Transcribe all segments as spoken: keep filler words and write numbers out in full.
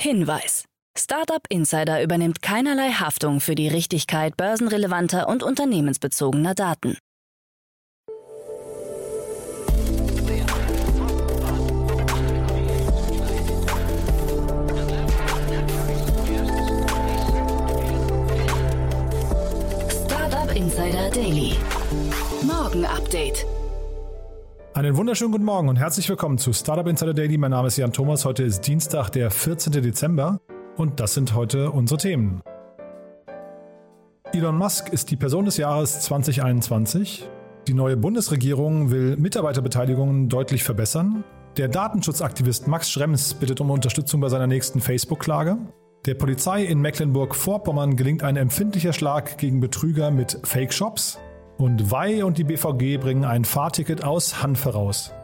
Hinweis: Startup Insider übernimmt keinerlei Haftung für die Richtigkeit börsenrelevanter und unternehmensbezogener Daten. Startup Insider Daily. Morgen Update. Einen wunderschönen guten Morgen und herzlich willkommen zu Startup Insider Daily. Mein Name ist Jan Thomas. Heute ist Dienstag, der vierzehnten Dezember und das sind heute unsere Themen. Elon Musk ist die Person des Jahres zwanzig einundzwanzig. Die neue Bundesregierung will Mitarbeiterbeteiligungen deutlich verbessern. Der Datenschutzaktivist Max Schrems bittet um Unterstützung bei seiner nächsten Facebook-Klage. Der Polizei in Mecklenburg-Vorpommern gelingt ein empfindlicher Schlag gegen Betrüger mit Fake-Shops. Und W E I und die B V G bringen ein Fahrticket aus Hanf heraus.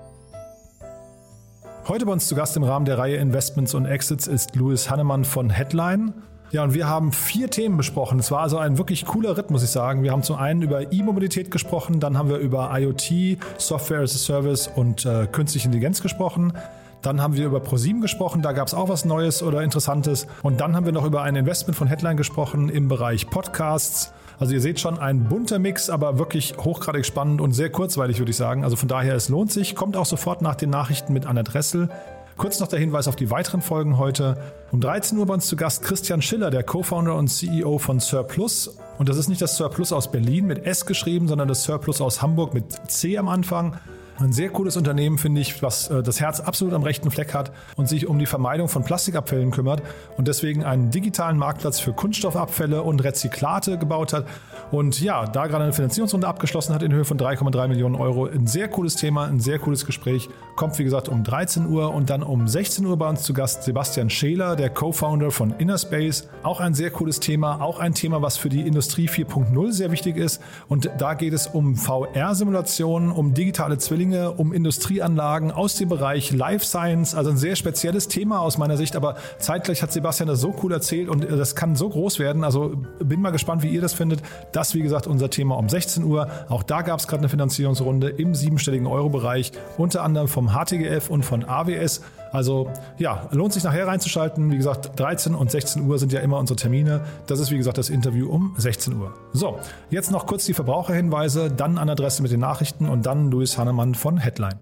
Heute bei uns zu Gast im Rahmen der Reihe Investments und Exits ist Louis Hannemann von Headline. Ja, und wir haben vier Themen besprochen. Es war also ein wirklich cooler Ritt, muss ich sagen. Wir haben zum einen über E-Mobilität gesprochen, dann haben wir über IoT, Software as a Service und äh, Künstliche Intelligenz gesprochen. Dann haben wir über ProSieben gesprochen, da gab es auch was Neues oder Interessantes. Und dann haben wir noch über ein Investment von Headline gesprochen im Bereich Podcasts. Also ihr seht schon, ein bunter Mix, aber wirklich hochgradig spannend und sehr kurzweilig, würde ich sagen. Also von daher, es lohnt sich. Kommt auch sofort nach den Nachrichten mit Anna Dressel. Kurz noch der Hinweis auf die weiteren Folgen heute. Um dreizehn Uhr bei uns zu Gast Christian Schiller, der Co-Founder und C E O von Surplus. Und das ist nicht das Surplus aus Berlin mit S geschrieben, sondern das Surplus aus Hamburg mit C am Anfang. Ein sehr cooles Unternehmen, finde ich, was äh, das Herz absolut am rechten Fleck hat und sich um die Vermeidung von Plastikabfällen kümmert und deswegen einen digitalen Marktplatz für Kunststoffabfälle und Rezyklate gebaut hat und ja, da gerade eine Finanzierungsrunde abgeschlossen hat in Höhe von drei Komma drei Millionen Euro. Ein sehr cooles Thema, ein sehr cooles Gespräch. Kommt, wie gesagt, um dreizehn Uhr und dann um sechzehn Uhr bei uns zu Gast Sebastian Scheler, der Co-Founder von Innerspace. Auch ein sehr cooles Thema, auch ein Thema, was für die Industrie vier Punkt null sehr wichtig ist. Und da geht es um V R-Simulationen, um digitale Zwillinge, um Industrieanlagen aus dem Bereich Life Science, also ein sehr spezielles Thema aus meiner Sicht, aber zeitgleich hat Sebastian das so cool erzählt und das kann so groß werden, also bin mal gespannt, wie ihr das findet. Das, wie gesagt, unser Thema um sechzehn Uhr. Auch da gab es gerade eine Finanzierungsrunde im siebenstelligen Euro-Bereich, unter anderem vom H T G F und von A W S. Also ja, lohnt sich nachher reinzuschalten. Wie gesagt, dreizehn und sechzehn Uhr sind ja immer unsere Termine. Das ist, wie gesagt, das Interview um sechzehn Uhr. So, jetzt noch kurz die Verbraucherhinweise, dann an Adresse mit den Nachrichten und dann Louis Hannemann von Headline.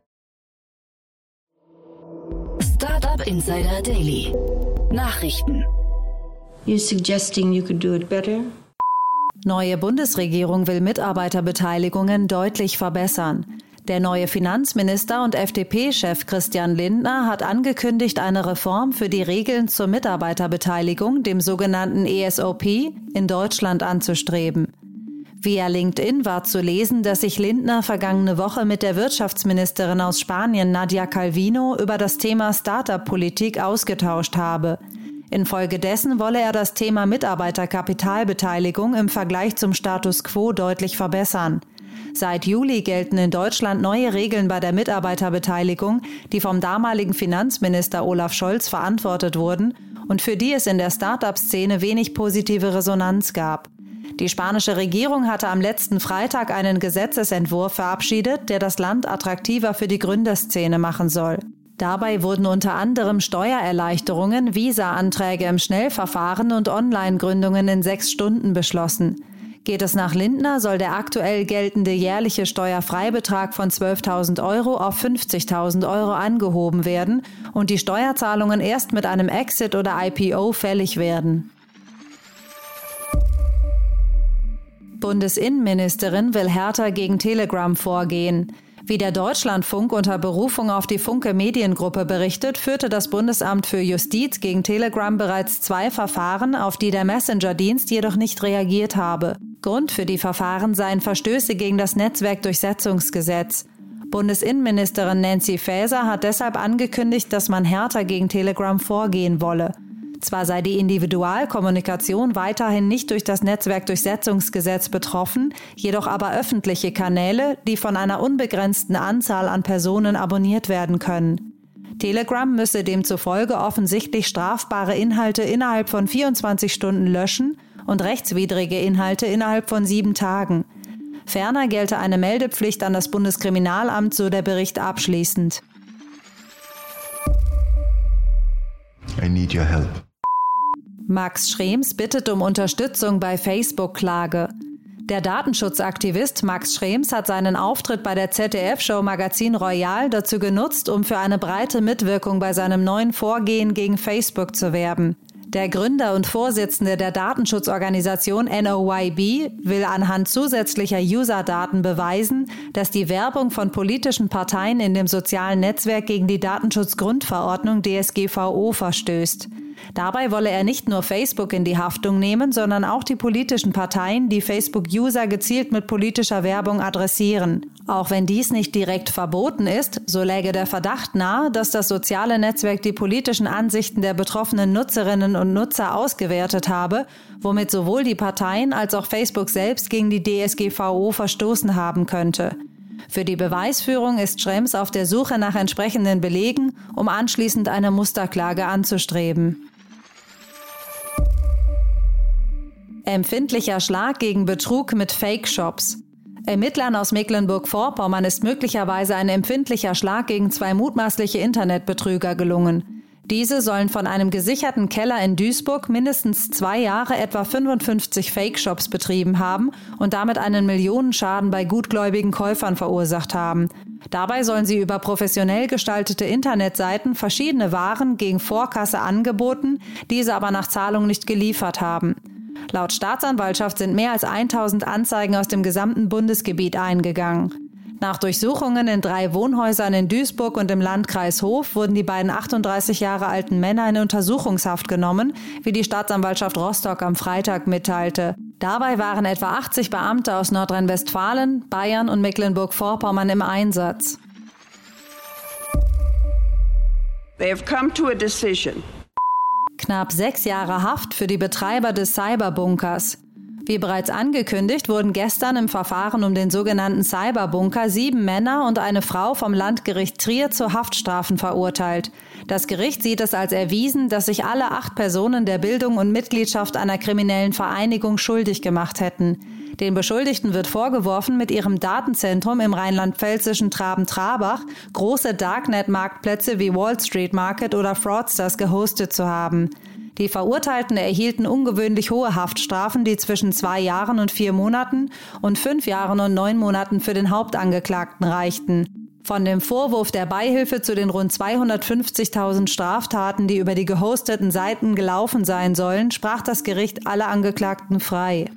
Startup Insider Daily. Nachrichten. You suggesting you could do it better? Neue Bundesregierung will Mitarbeiterbeteiligungen deutlich verbessern. Der neue Finanzminister und F D P-Chef Christian Lindner hat angekündigt, eine Reform für die Regeln zur Mitarbeiterbeteiligung, dem sogenannten E S O P, in Deutschland anzustreben. Via LinkedIn war zu lesen, dass sich Lindner vergangene Woche mit der Wirtschaftsministerin aus Spanien, Nadia Calvino, über das Thema Start-up-Politik ausgetauscht habe. Infolgedessen wolle er das Thema Mitarbeiterkapitalbeteiligung im Vergleich zum Status quo deutlich verbessern. Seit Juli gelten in Deutschland neue Regeln bei der Mitarbeiterbeteiligung, die vom damaligen Finanzminister Olaf Scholz verantwortet wurden und für die es in der Start-up-Szene wenig positive Resonanz gab. Die spanische Regierung hatte am letzten Freitag einen Gesetzesentwurf verabschiedet, der das Land attraktiver für die Gründerszene machen soll. Dabei wurden unter anderem Steuererleichterungen, Visa-Anträge im Schnellverfahren und Online-Gründungen in sechs Stunden beschlossen. Geht es nach Lindner, soll der aktuell geltende jährliche Steuerfreibetrag von zwölftausend Euro auf fünfzigtausend Euro angehoben werden und die Steuerzahlungen erst mit einem Exit oder I P O fällig werden. Bundesinnenministerin will härter gegen Telegram vorgehen. Wie der Deutschlandfunk unter Berufung auf die Funke Mediengruppe berichtet, führte das Bundesamt für Justiz gegen Telegram bereits zwei Verfahren, auf die der Messenger-Dienst jedoch nicht reagiert habe. Grund für die Verfahren seien Verstöße gegen das Netzwerkdurchsetzungsgesetz. Bundesinnenministerin Nancy Faeser hat deshalb angekündigt, dass man härter gegen Telegram vorgehen wolle. Zwar sei die Individualkommunikation weiterhin nicht durch das Netzwerkdurchsetzungsgesetz betroffen, jedoch aber öffentliche Kanäle, die von einer unbegrenzten Anzahl an Personen abonniert werden können. Telegram müsse demzufolge offensichtlich strafbare Inhalte innerhalb von vierundzwanzig Stunden löschen und rechtswidrige Inhalte innerhalb von sieben Tagen. Ferner gelte eine Meldepflicht an das Bundeskriminalamt, so der Bericht abschließend. I need your help. Max Schrems bittet um Unterstützung bei Facebook-Klage. Der Datenschutzaktivist Max Schrems hat seinen Auftritt bei der Z D F-Show Magazin Royal dazu genutzt, um für eine breite Mitwirkung bei seinem neuen Vorgehen gegen Facebook zu werben. Der Gründer und Vorsitzende der Datenschutzorganisation N O Y B will anhand zusätzlicher User-Daten beweisen, dass die Werbung von politischen Parteien in dem sozialen Netzwerk gegen die Datenschutzgrundverordnung D S G V O verstößt. Dabei wolle er nicht nur Facebook in die Haftung nehmen, sondern auch die politischen Parteien, die Facebook-User gezielt mit politischer Werbung adressieren. Auch wenn dies nicht direkt verboten ist, so läge der Verdacht nahe, dass das soziale Netzwerk die politischen Ansichten der betroffenen Nutzerinnen und Nutzer ausgewertet habe, womit sowohl die Parteien als auch Facebook selbst gegen die D S G V O verstoßen haben könnte. Für die Beweisführung ist Schrems auf der Suche nach entsprechenden Belegen, um anschließend eine Musterklage anzustreben. Empfindlicher Schlag gegen Betrug mit Fake-Shops. Ermittlern aus Mecklenburg-Vorpommern ist möglicherweise ein empfindlicher Schlag gegen zwei mutmaßliche Internetbetrüger gelungen. Diese sollen von einem gesicherten Keller in Duisburg mindestens zwei Jahre etwa fünfundfünfzig Fake-Shops betrieben haben und damit einen Millionenschaden bei gutgläubigen Käufern verursacht haben. Dabei sollen sie über professionell gestaltete Internetseiten verschiedene Waren gegen Vorkasse angeboten, diese aber nach Zahlung nicht geliefert haben. Laut Staatsanwaltschaft sind mehr als tausend Anzeigen aus dem gesamten Bundesgebiet eingegangen. Nach Durchsuchungen in drei Wohnhäusern in Duisburg und im Landkreis Hof wurden die beiden achtunddreißig Jahre alten Männer in Untersuchungshaft genommen, wie die Staatsanwaltschaft Rostock am Freitag mitteilte. Dabei waren etwa achtzig Beamte aus Nordrhein-Westfalen, Bayern und Mecklenburg-Vorpommern im Einsatz. They have come to a decision. Knapp sechs Jahre Haft für die Betreiber des Cyberbunkers. Wie bereits angekündigt, wurden gestern im Verfahren um den sogenannten Cyberbunker sieben Männer und eine Frau vom Landgericht Trier zu Haftstrafen verurteilt. Das Gericht sieht es als erwiesen, dass sich alle acht Personen der Bildung und Mitgliedschaft einer kriminellen Vereinigung schuldig gemacht hätten. Den Beschuldigten wird vorgeworfen, mit ihrem Datenzentrum im rheinland-pfälzischen Traben-Trabach große Darknet-Marktplätze wie Wall Street Market oder Fraudsters gehostet zu haben. Die Verurteilten erhielten ungewöhnlich hohe Haftstrafen, die zwischen zwei Jahren und vier Monaten und fünf Jahren und neun Monaten für den Hauptangeklagten reichten. Von dem Vorwurf der Beihilfe zu den rund zweihundertfünfzigtausend Straftaten, die über die gehosteten Seiten gelaufen sein sollen, sprach das Gericht alle Angeklagten frei.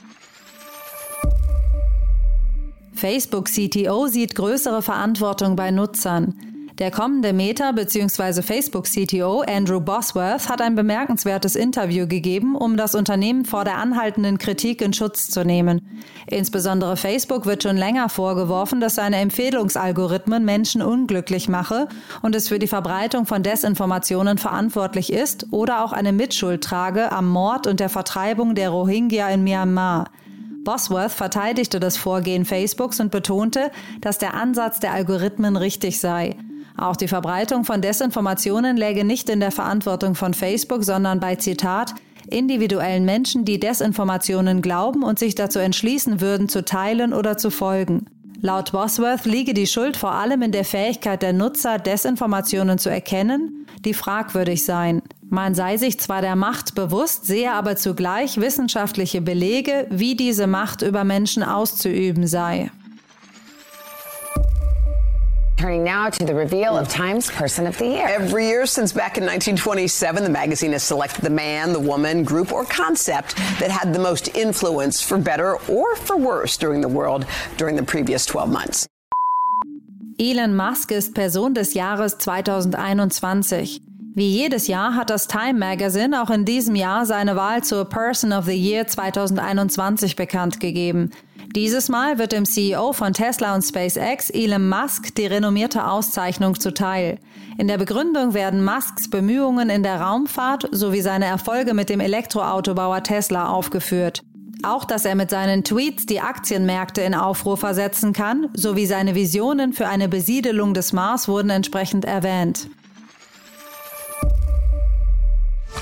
Facebook-C T O sieht größere Verantwortung bei Nutzern. Der kommende Meta- bzw. Facebook-C T O Andrew Bosworth hat ein bemerkenswertes Interview gegeben, um das Unternehmen vor der anhaltenden Kritik in Schutz zu nehmen. Insbesondere Facebook wird schon länger vorgeworfen, dass seine Empfehlungsalgorithmen Menschen unglücklich mache und es für die Verbreitung von Desinformationen verantwortlich ist oder auch eine Mitschuld trage am Mord und der Vertreibung der Rohingya in Myanmar. Bosworth verteidigte das Vorgehen Facebooks und betonte, dass der Ansatz der Algorithmen richtig sei. Auch die Verbreitung von Desinformationen läge nicht in der Verantwortung von Facebook, sondern bei, Zitat, individuellen Menschen, die Desinformationen glauben und sich dazu entschließen würden, zu teilen oder zu folgen. Laut Bosworth liege die Schuld vor allem in der Fähigkeit der Nutzer, Desinformationen zu erkennen, die fragwürdig seien. Man sei sich zwar der Macht bewusst, sehe aber zugleich wissenschaftliche Belege, wie diese Macht über Menschen auszuüben sei. Turning now to the reveal of Time's Person of the Year. Every year since back in nineteen twenty-seven, the magazine has selected the man, the woman, group or concept that had the most influence, for better or for worse, during the world during the previous twelve months. Elon Musk ist Person des Jahres zweitausendeinundzwanzig. Wie jedes Jahr hat das Time Magazine auch in diesem Jahr seine Wahl zur Person of the Year zweitausendeinundzwanzig bekannt gegeben. Dieses Mal wird dem C E O von Tesla und SpaceX, Elon Musk, die renommierte Auszeichnung zuteil. In der Begründung werden Musks Bemühungen in der Raumfahrt sowie seine Erfolge mit dem Elektroautobauer Tesla aufgeführt. Auch, dass er mit seinen Tweets die Aktienmärkte in Aufruhr versetzen kann, sowie seine Visionen für eine Besiedelung des Mars wurden entsprechend erwähnt.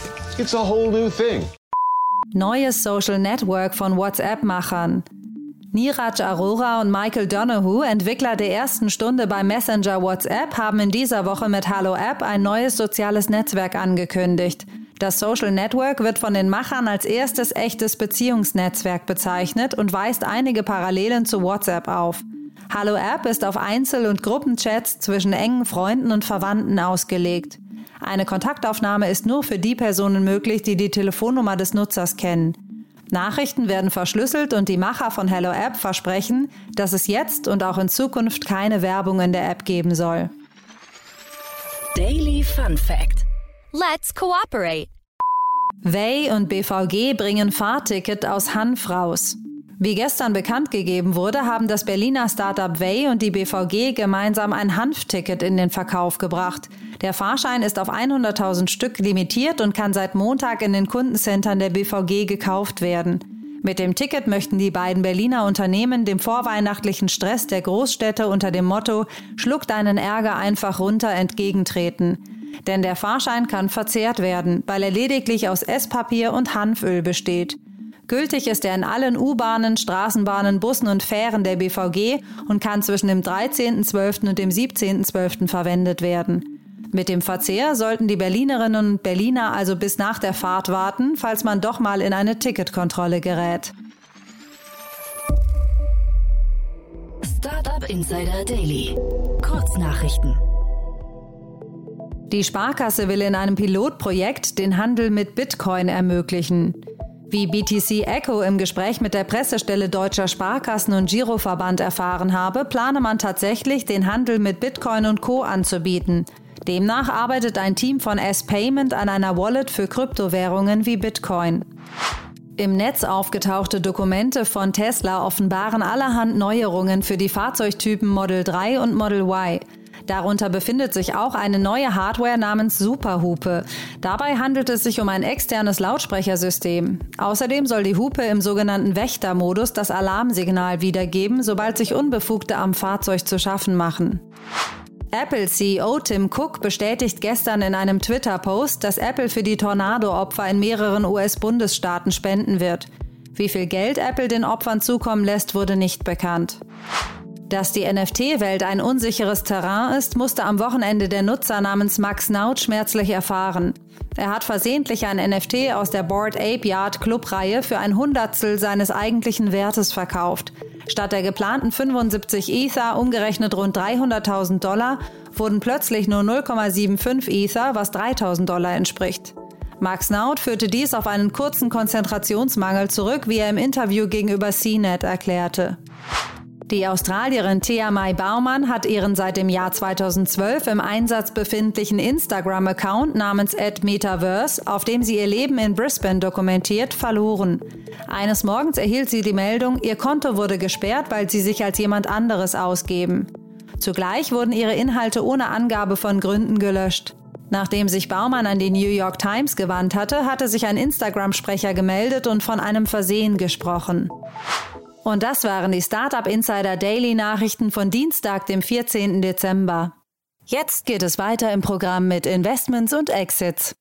It's a whole new thing. Neues Social Network von WhatsApp-Machern. Niraj Arora und Michael Donoghue, Entwickler der ersten Stunde bei Messenger WhatsApp, haben in dieser Woche mit Hallo App ein neues soziales Netzwerk angekündigt. Das Social Network wird von den Machern als erstes echtes Beziehungsnetzwerk bezeichnet und weist einige Parallelen zu WhatsApp auf. Hallo App ist auf Einzel- und Gruppenchats zwischen engen Freunden und Verwandten ausgelegt. Eine Kontaktaufnahme ist nur für die Personen möglich, die die Telefonnummer des Nutzers kennen. Nachrichten werden verschlüsselt und die Macher von Hello App versprechen, dass es jetzt und auch in Zukunft keine Werbung in der App geben soll. Daily Fun Fact: Let's cooperate. Way und B V G bringen Fahrticket aus Hanf raus. Wie gestern bekannt gegeben wurde, haben das Berliner Startup Way und die B V G gemeinsam ein Hanfticket in den Verkauf gebracht. Der Fahrschein ist auf hunderttausend Stück limitiert und kann seit Montag in den Kundencentern der B V G gekauft werden. Mit dem Ticket möchten die beiden Berliner Unternehmen dem vorweihnachtlichen Stress der Großstädte unter dem Motto „Schluck deinen Ärger einfach runter" entgegentreten. Denn der Fahrschein kann verzehrt werden, weil er lediglich aus Esspapier und Hanföl besteht. Gültig ist er in allen U-Bahnen, Straßenbahnen, Bussen und Fähren der B V G und kann zwischen dem dreizehnten zwölften und dem siebzehnten zwölften verwendet werden. Mit dem Verzehr sollten die Berlinerinnen und Berliner also bis nach der Fahrt warten, falls man doch mal in eine Ticketkontrolle gerät. Startup Insider Daily. Kurznachrichten. Die Sparkasse will in einem Pilotprojekt den Handel mit Bitcoin ermöglichen. Wie B T C Echo im Gespräch mit der Pressestelle Deutscher Sparkassen- und Giroverband erfahren habe, plane man tatsächlich, den Handel mit Bitcoin und Co. anzubieten. Demnach arbeitet ein Team von S-Payment an einer Wallet für Kryptowährungen wie Bitcoin. Im Netz aufgetauchte Dokumente von Tesla offenbaren allerhand Neuerungen für die Fahrzeugtypen Model drei und Model Y. Darunter befindet sich auch eine neue Hardware namens Superhupe. Dabei handelt es sich um ein externes Lautsprechersystem. Außerdem soll die Hupe im sogenannten Wächtermodus das Alarmsignal wiedergeben, sobald sich Unbefugte am Fahrzeug zu schaffen machen. Apple-C E O Tim Cook bestätigt gestern in einem Twitter-Post, dass Apple für die Tornado-Opfer in mehreren U S-Bundesstaaten spenden wird. Wie viel Geld Apple den Opfern zukommen lässt, wurde nicht bekannt. Dass die N F T-Welt ein unsicheres Terrain ist, musste am Wochenende der Nutzer namens Max Naut schmerzlich erfahren. Er hat versehentlich ein N F T aus der Bored Ape Yacht Club-Reihe für ein Hundertstel seines eigentlichen Wertes verkauft. Statt der geplanten fünfundsiebzig Ether, umgerechnet rund dreihunderttausend Dollar, wurden plötzlich nur null Komma fünfundsiebzig Ether, was dreitausend Dollar entspricht. Max Naut führte dies auf einen kurzen Konzentrationsmangel zurück, wie er im Interview gegenüber C net erklärte. Die Australierin Thea Mai Baumann hat ihren seit dem Jahr zweitausendzwölf im Einsatz befindlichen Instagram-Account namens at Metaverse, auf dem sie ihr Leben in Brisbane dokumentiert, verloren. Eines Morgens erhielt sie die Meldung, ihr Konto wurde gesperrt, weil sie sich als jemand anderes ausgeben. Zugleich wurden ihre Inhalte ohne Angabe von Gründen gelöscht. Nachdem sich Baumann an die New York Times gewandt hatte, hatte sich ein Instagram-Sprecher gemeldet und von einem Versehen gesprochen. Und das waren die Startup Insider Daily Nachrichten von Dienstag, dem vierzehnten Dezember. Jetzt geht es weiter im Programm mit Investments und Exits.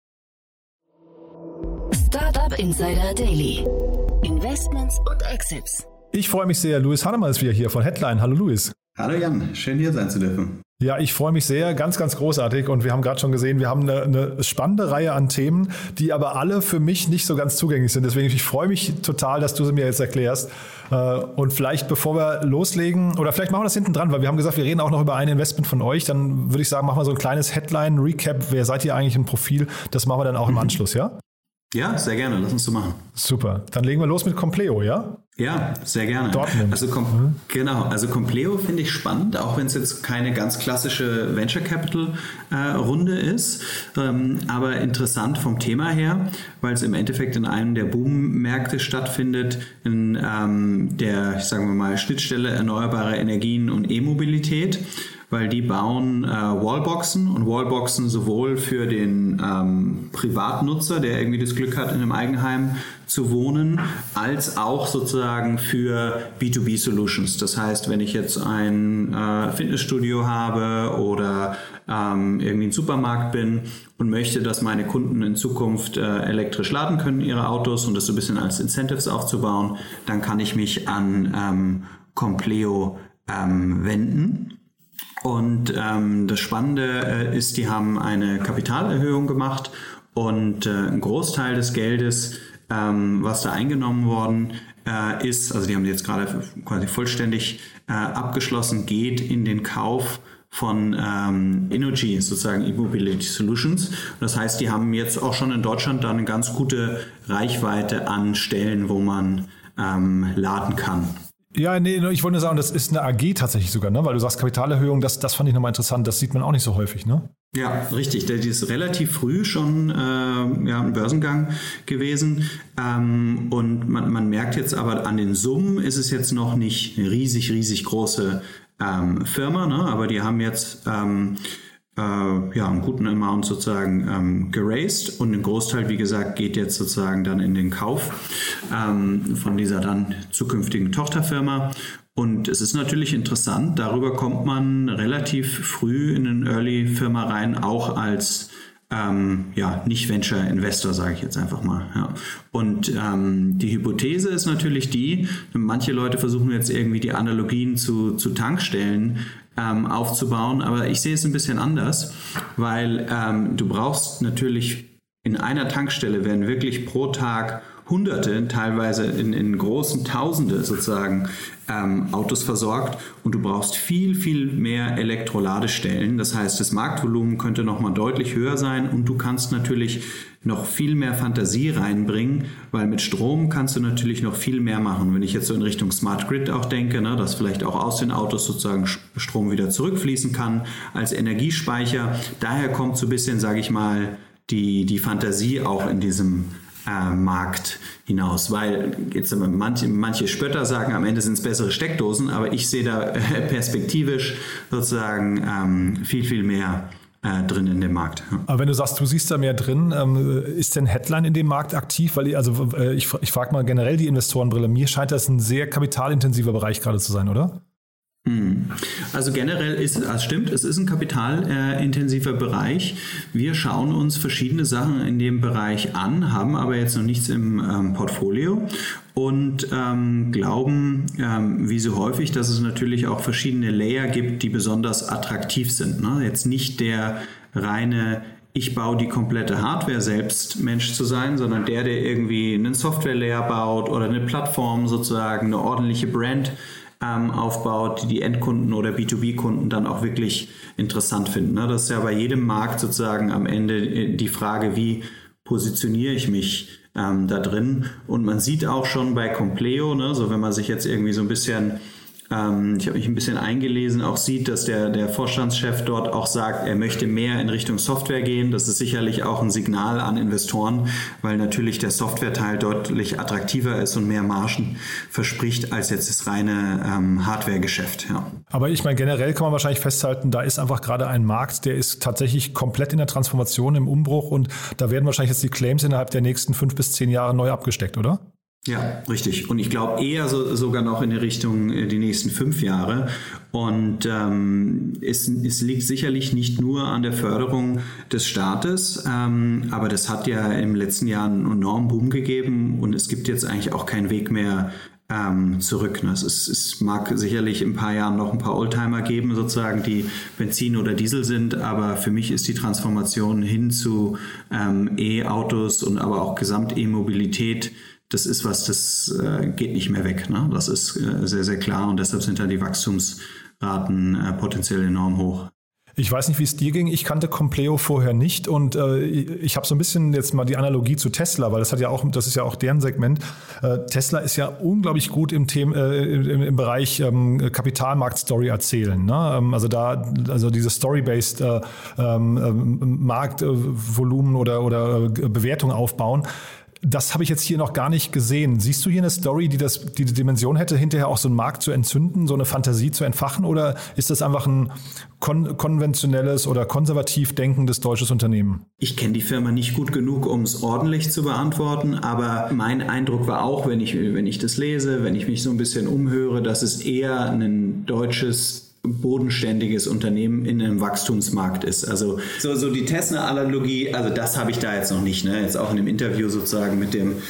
Startup Insider Daily. Investments und Exits. Ich freue mich sehr. Louis Hannemann ist wieder hier von Headline. Hallo Louis. Hallo Jan, schön hier sein zu dürfen. Ja, ich freue mich sehr, ganz, ganz großartig und wir haben gerade schon gesehen, wir haben eine, eine spannende Reihe an Themen, die aber alle für mich nicht so ganz zugänglich sind. Deswegen ich freue mich total, dass du sie mir jetzt erklärst. Und vielleicht, bevor wir loslegen, oder vielleicht machen wir das hinten dran, weil wir haben gesagt, wir reden auch noch über ein Investment von euch. Dann würde ich sagen, machen wir so ein kleines Headline-Recap. Wer seid ihr eigentlich im Profil? Das machen wir dann auch im Anschluss, ja? Ja, sehr gerne. Lass uns so machen. Super. Dann legen wir los mit Compleo, ja? Ja, sehr gerne. Dortmund. Also Com- mhm. Genau, also Compleo finde ich spannend, auch wenn es jetzt keine ganz klassische Venture Capital äh, Runde ist, ähm, aber interessant vom Thema her, weil es im Endeffekt in einem der Boom-Märkte stattfindet, in ähm, der, sagen wir mal, Schnittstelle erneuerbare Energien und E-Mobilität. weil die bauen äh, Wallboxen und Wallboxen sowohl für den ähm, Privatnutzer, der irgendwie das Glück hat, in einem Eigenheim zu wohnen, als auch sozusagen für B zwei B Solutions. Das heißt, wenn ich jetzt ein äh, Fitnessstudio habe oder ähm, irgendwie ein Supermarkt bin und möchte, dass meine Kunden in Zukunft äh, elektrisch laden können, ihre Autos, und das so ein bisschen als Incentives aufzubauen, dann kann ich mich an ähm, Compleo ähm, wenden. Und ähm, das Spannende äh, ist, die haben eine Kapitalerhöhung gemacht und äh, ein Großteil des Geldes, ähm, was da eingenommen worden äh, ist, also die haben jetzt gerade quasi vollständig äh, abgeschlossen, geht in den Kauf von ähm, Energy, sozusagen E-Mobility Solutions. Das heißt, die haben jetzt auch schon in Deutschland da eine ganz gute Reichweite an Stellen, wo man ähm, laden kann. Ja, nee, ich wollte nur sagen, das ist eine A G tatsächlich sogar, ne? Weil du sagst Kapitalerhöhung, das, das fand ich nochmal interessant, das sieht man auch nicht so häufig, ne? Ja, richtig. Der die ist relativ früh schon äh, ja, ein Börsengang gewesen. Ähm, und man, man merkt jetzt aber an den Summen ist es jetzt noch nicht eine riesig, riesig große ähm, Firma, ne? Aber die haben jetzt ähm, äh, ja, einen guten Amount sozusagen ähm, geraced und ein Großteil, wie gesagt, geht jetzt sozusagen dann in den Kauf ähm, von dieser dann zukünftigen Tochterfirma. Und es ist natürlich interessant, darüber kommt man relativ früh in eine Early-Firma rein, auch als ähm, ja, Nicht-Venture-Investor, sage ich jetzt einfach mal. Ja. Und ähm, die Hypothese ist natürlich die, manche Leute versuchen jetzt irgendwie die Analogien zu, zu Tankstellen ähm, aufzubauen, aber ich sehe es ein bisschen anders, weil ähm, du brauchst natürlich in einer Tankstelle werden wirklich pro Tag Hunderte, teilweise in, in großen Tausende sozusagen ähm, Autos versorgt und du brauchst viel, viel mehr Elektroladestellen. Das heißt, das Marktvolumen könnte nochmal deutlich höher sein und du kannst natürlich noch viel mehr Fantasie reinbringen, weil mit Strom kannst du natürlich noch viel mehr machen. Wenn ich jetzt so in Richtung Smart Grid auch denke, ne, dass vielleicht auch aus den Autos sozusagen Strom wieder zurückfließen kann als Energiespeicher. Daher kommt so ein bisschen, sage ich mal, die, die Fantasie auch in diesem Äh, Markt hinaus, weil jetzt manche, manche Spötter sagen, am Ende sind es bessere Steckdosen, aber ich sehe da äh, perspektivisch sozusagen ähm, viel, viel mehr äh, drin in dem Markt. Ja. Aber wenn du sagst, du siehst da mehr drin, ähm, ist denn Headline in dem Markt aktiv? Weil ich, also äh, ich, ich frage mal generell die Investorenbrille, mir scheint das ein sehr kapitalintensiver Bereich gerade zu sein, oder? Also generell ist es, also stimmt, es ist ein kapitalintensiver Bereich. Wir schauen uns verschiedene Sachen in dem Bereich an, haben aber jetzt noch nichts im ähm, Portfolio und ähm, glauben, ähm, wie so häufig, dass es natürlich auch verschiedene Layer gibt, die besonders attraktiv sind. Ne? Jetzt nicht der reine ich baue die komplette Hardware selbst Mensch zu sein, sondern der, der irgendwie einen Software-Layer baut oder eine Plattform sozusagen, eine ordentliche Brand Ähm, aufbaut, die die Endkunden oder B zwei B Kunden dann auch wirklich interessant finden. Ne? Das ist ja bei jedem Markt sozusagen am Ende die Frage, wie positioniere ich mich ähm, da drin? Und man sieht auch schon bei Compleo, ne, so wenn man sich jetzt irgendwie so ein bisschen ich habe mich ein bisschen eingelesen, auch sieht, dass der, der Vorstandschef dort auch sagt, er möchte mehr in Richtung Software gehen. Das ist sicherlich auch ein Signal an Investoren, weil natürlich der Software-Teil deutlich attraktiver ist und mehr Margen verspricht als jetzt das reine ähm, Hardware-Geschäft. Ja. Aber ich meine, generell kann man wahrscheinlich festhalten, da ist einfach gerade ein Markt, der ist tatsächlich komplett in der Transformation, im Umbruch und da werden wahrscheinlich jetzt die Claims innerhalb der nächsten fünf bis zehn Jahre neu abgesteckt, oder? Ja, richtig. Und ich glaube eher so, sogar noch in die Richtung äh, die nächsten fünf Jahre. Und ähm, es, es liegt sicherlich nicht nur an der Förderung des Staates, ähm, aber das hat ja im letzten Jahr einen enormen Boom gegeben und es gibt jetzt eigentlich auch keinen Weg mehr ähm, zurück. Es, ist, es mag sicherlich in ein paar Jahren noch ein paar Oldtimer geben, sozusagen, die Benzin oder Diesel sind, aber für mich ist die Transformation hin zu ähm, E-Autos und aber auch Gesamt-E-Mobilität, das ist was, das äh, geht nicht mehr weg. Ne? Das ist äh, sehr, sehr klar und deshalb sind da die Wachstumsraten äh, potenziell enorm hoch. Ich weiß nicht, wie es dir ging. Ich kannte Compleo vorher nicht und äh, ich habe so ein bisschen jetzt mal die Analogie zu Tesla, weil das hat ja auch, das ist ja auch deren Segment. Äh, Tesla ist ja unglaublich gut im Thema, äh, im, im Bereich ähm, Kapitalmarkt-Story erzählen. Ne? Ähm, also da, also diese Story-based äh, ähm, Marktvolumen oder oder Bewertung aufbauen. Das habe ich jetzt hier noch gar nicht gesehen. Siehst du hier eine Story, die das, die, die Dimension hätte, hinterher auch so einen Markt zu entzünden, so eine Fantasie zu entfachen? Oder ist das einfach ein kon- konventionelles oder konservativ denkendes deutsches Unternehmen? Ich kenne die Firma nicht gut genug, um es ordentlich zu beantworten. Aber mein Eindruck war auch, wenn ich, wenn ich das lese, wenn ich mich so ein bisschen umhöre, dass es eher ein deutsches bodenständiges Unternehmen in einem Wachstumsmarkt ist. Also so, so die Tesla-Analogie, also das habe ich da jetzt noch nicht. Ne? Jetzt auch in dem Interview sozusagen mit dem